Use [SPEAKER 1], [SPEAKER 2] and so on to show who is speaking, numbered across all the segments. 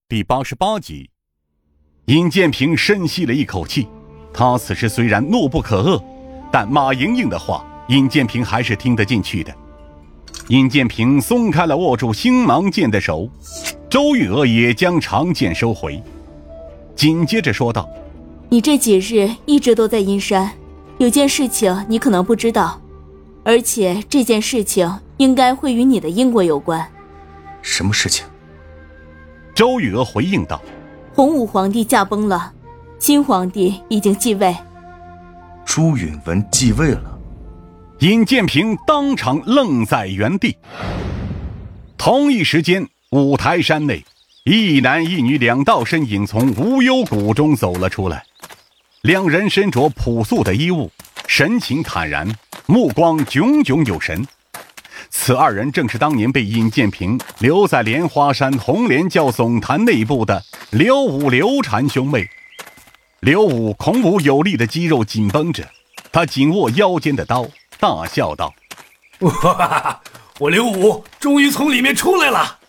[SPEAKER 1] 第88集。尹建平深吸了一口气，他此时虽然怒不可遏，但马莹莹的话尹建平还是听得进去的。尹建平松开了握住星芒剑的手，周玉娥也将长剑收回，紧接着说道：
[SPEAKER 2] 你这几日一直都在阴山，有件事情你可能不知道，而且这件事情应该会与你的因果有关。
[SPEAKER 3] 什么事情？
[SPEAKER 1] 周玉娥回应道：
[SPEAKER 2] 洪武皇帝驾崩了，新皇帝已经继位。
[SPEAKER 3] 朱允文继位了？
[SPEAKER 1] 尹建平当场愣在原地。同一时间，五台山内，一男一女两道身影从无忧谷中走了出来。两人身着朴素的衣物，神情坦然，目光炯炯有神。此二人正是当年被尹建平留在莲花山红莲教总坛内部的刘武、刘禅兄妹。刘武孔武有力的肌肉紧绷着，他紧握腰间的刀，大笑道：
[SPEAKER 4] 哇，我刘武终于从里面出来了。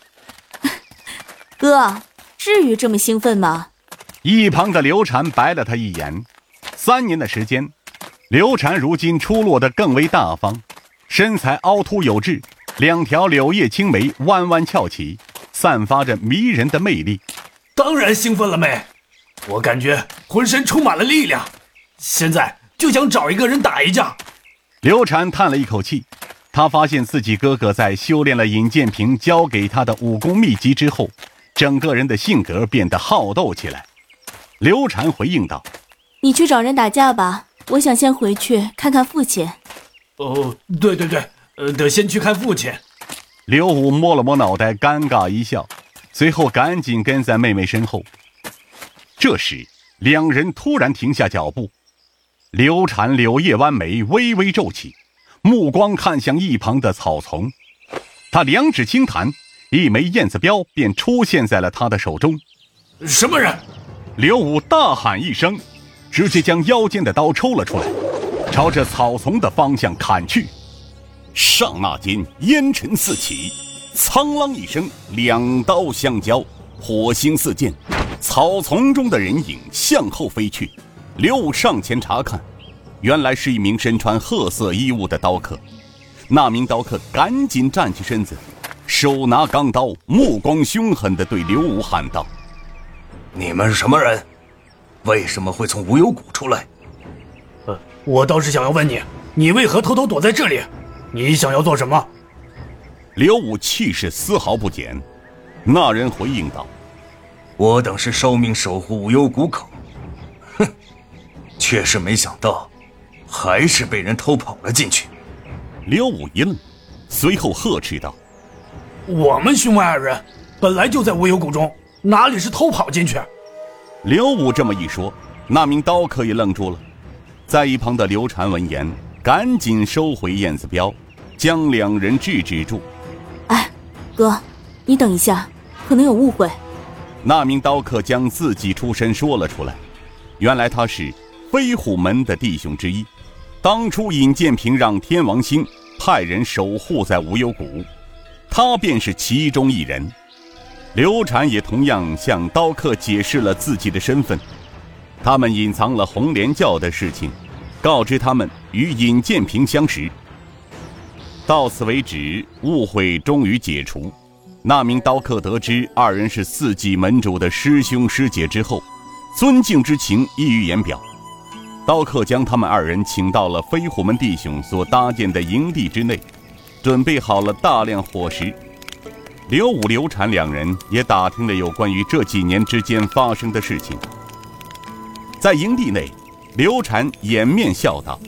[SPEAKER 2] 哥，至于这么兴奋吗？
[SPEAKER 1] 一旁的刘禅白了他一眼。3年的时间，刘禅如今出落得更为大方，身材凹凸有致，两条柳叶青眉弯弯翘起，散发着迷人的魅力。
[SPEAKER 4] 当然兴奋了妹，我感觉浑身充满了力量，现在就想找一个人打一架。
[SPEAKER 1] 刘禅叹了一口气，他发现自己哥哥在修炼了尹建平教给他的武功秘籍之后，整个人的性格变得好斗起来。刘禅回应道：
[SPEAKER 2] 你去找人打架吧，我想先回去看看父亲。
[SPEAKER 4] 哦，对，得先去看父亲。
[SPEAKER 1] 刘武摸了摸脑袋，尴尬一笑，随后赶紧跟在妹妹身后。这时两人突然停下脚步，刘禅柳叶弯眉微微皱起，目光看向一旁的草丛，他两指轻弹，一枚燕子镖便出现在了他的手中。
[SPEAKER 4] 什么人？
[SPEAKER 1] 刘武大喊一声，直接将腰间的刀抽了出来，朝着草丛的方向砍去。刹那间烟尘四起，苍啷一声，两刀相交，火星四溅，草丛中的人影向后飞去。刘武上前查看，原来是一名身穿褐色衣物的刀客。那名刀客赶紧站起身子，手拿钢刀，目光凶狠地对刘武喊道：
[SPEAKER 3] 你们是什么人？为什么会从无忧谷出来？
[SPEAKER 4] 我倒是想要问你，你为何偷偷躲在这里？你想要做什么？
[SPEAKER 1] 刘武气势丝毫不减。那人回应道：
[SPEAKER 3] 我等是受命守护无忧谷口，哼，却是没想到还是被人偷跑了进去。
[SPEAKER 1] 刘武一愣，随后呵斥道：
[SPEAKER 4] 我们兄妹二人本来就在无忧谷中，哪里是偷跑进去？
[SPEAKER 1] 刘武这么一说，那名刀客也愣住了。在一旁的刘禅闻言，赶紧收回燕子镖，将两人制止住。
[SPEAKER 2] 哎，哥，你等一下，可能有误会。
[SPEAKER 1] 那名刀客将自己出身说了出来，原来他是飞虎门的弟兄之一，当初尹建平让天王星派人守护在无忧谷，他便是其中一人。刘禅也同样向刀客解释了自己的身份，他们隐藏了红莲教的事情，告知他们与尹建平相识。到此为止，误会终于解除。那名刀客得知二人是四季门主的师兄师姐之后，尊敬之情溢于言表。刀客将他们二人请到了飞虎门弟兄所搭建的营地之内，准备好了大量伙食。刘武、刘禅两人也打听了有关于这几年之间发生的事情。在营地内，刘禅掩面笑道：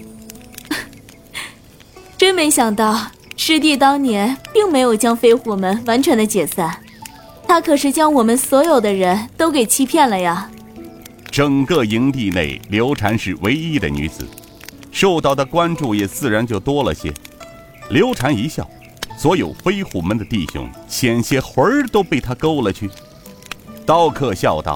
[SPEAKER 2] 真没想到师弟当年并没有将飞虎门完全的解散，他可是将我们所有的人都给欺骗了呀。
[SPEAKER 1] 整个营地内，刘禅是唯一的女子，受到的关注也自然就多了些。刘禅一笑，所有飞虎门的弟兄险些魂儿都被他勾了去。刀客笑道：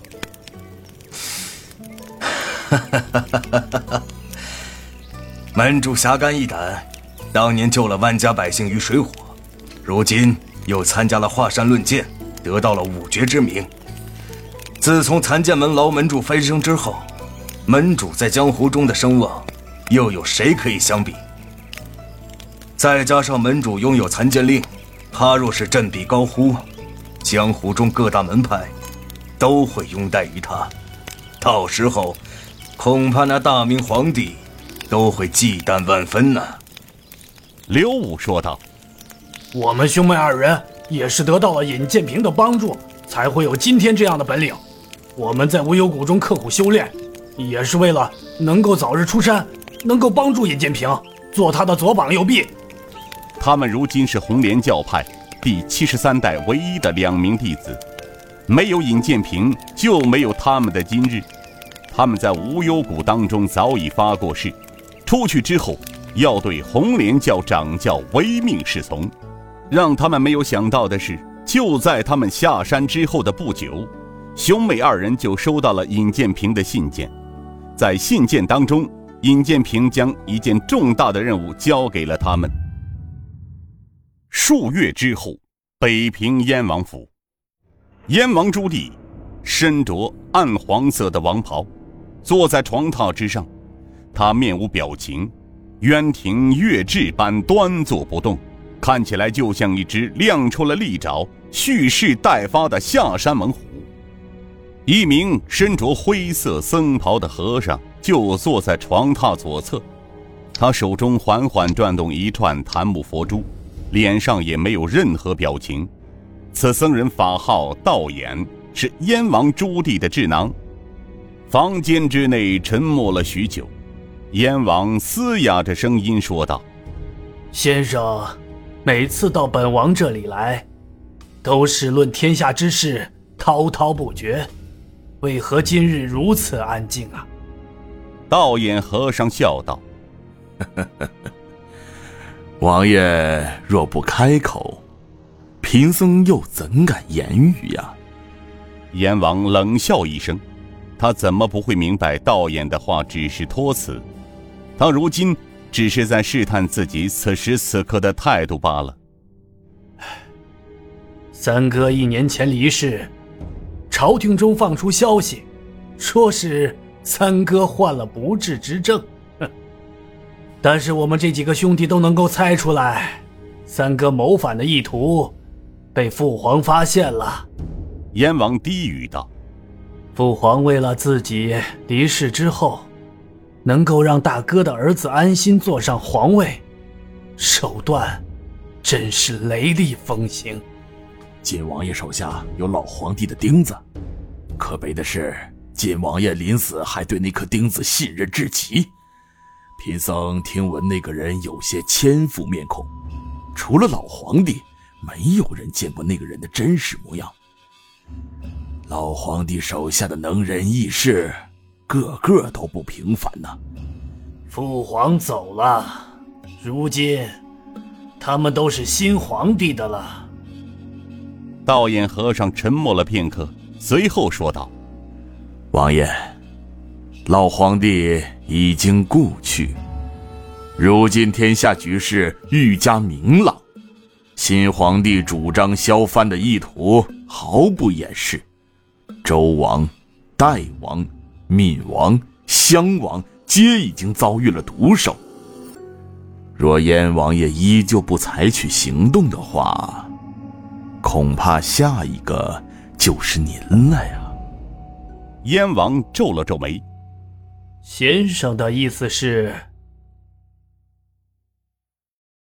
[SPEAKER 3] 门主侠肝义胆，当年救了万家百姓于水火，如今又参加了华山论剑， 得到了五绝之名。自从残剑门牢门主飞升之后，门主在江湖中的声望，又有谁可以相比？再加上门主拥有残剑令，他若是振臂高呼，江湖中各大门派都会拥戴于他，到时候恐怕那大明皇帝都会忌惮万分呢。
[SPEAKER 1] 刘武说道：
[SPEAKER 4] 我们兄妹二人也是得到了尹建平的帮助，才会有今天这样的本领。我们在无忧谷中刻苦修炼，也是为了能够早日出山，能够帮助尹建平，做他的左膀右臂。
[SPEAKER 1] 他们如今是红莲教派第73代唯一的2名弟子，没有尹建平，就没有他们的今日。他们在无忧谷当中早已发过誓，出去之后要对红莲教掌教唯命是从。让他们没有想到的是，就在他们下山之后的不久，兄妹二人就收到了尹建平的信件。在信件当中，尹建平将一件重大的任务交给了他们。数月之后，北平燕王府，燕王朱棣身着暗黄色的王袍，坐在床榻之上，他面无表情，渊庭月至般端坐不动，看起来就像一只亮出了利爪、蓄势待发的下山猛虎。一名身着灰色僧袍的和尚就坐在床榻左侧，他手中缓缓转动一串檀木佛珠，脸上也没有任何表情。此僧人法号道衍，是燕王朱棣的智囊。房间之内沉默了许久，燕王嘶哑着声音说道：
[SPEAKER 4] 先生每次到本王这里来，都是论天下之事，滔滔不绝，为何今日如此安静啊？
[SPEAKER 1] 道衍和尚笑道：
[SPEAKER 5] 王爷若不开口，贫僧又怎敢言语呀？
[SPEAKER 1] 燕王冷笑一声，他怎么不会明白道衍的话只是托辞？他如今只是在试探自己此时此刻的态度罢了。
[SPEAKER 4] 三哥1年前离世，朝廷中放出消息，说是三哥患了不治之症。但是我们这几个兄弟都能够猜出来，三哥谋反的意图被父皇发现了。
[SPEAKER 1] 燕王低语道：
[SPEAKER 4] 父皇为了自己离世之后能够让大哥的儿子安心坐上皇位，手段真是雷厉风行。
[SPEAKER 5] 晋王爷手下有老皇帝的钉子，可悲的是晋王爷临死还对那颗钉子信任至极。贫僧听闻那个人有些千副面孔，除了老皇帝，没有人见过那个人的真实模样。老皇帝手下的能人异士，个个都不平凡呐。
[SPEAKER 4] 父皇走了，如今他们都是新皇帝的了。
[SPEAKER 1] 道衍和尚沉默了片刻，随后说道：
[SPEAKER 5] 王爷，老皇帝已经故去，如今天下局势愈加明朗，新皇帝主张削藩的意图毫不掩饰，周王、代王、闵王、襄王皆已经遭遇了毒手。若燕王爷依旧不采取行动的话，恐怕下一个就是您了呀。
[SPEAKER 1] 燕王皱了皱眉：
[SPEAKER 4] 先生的意思是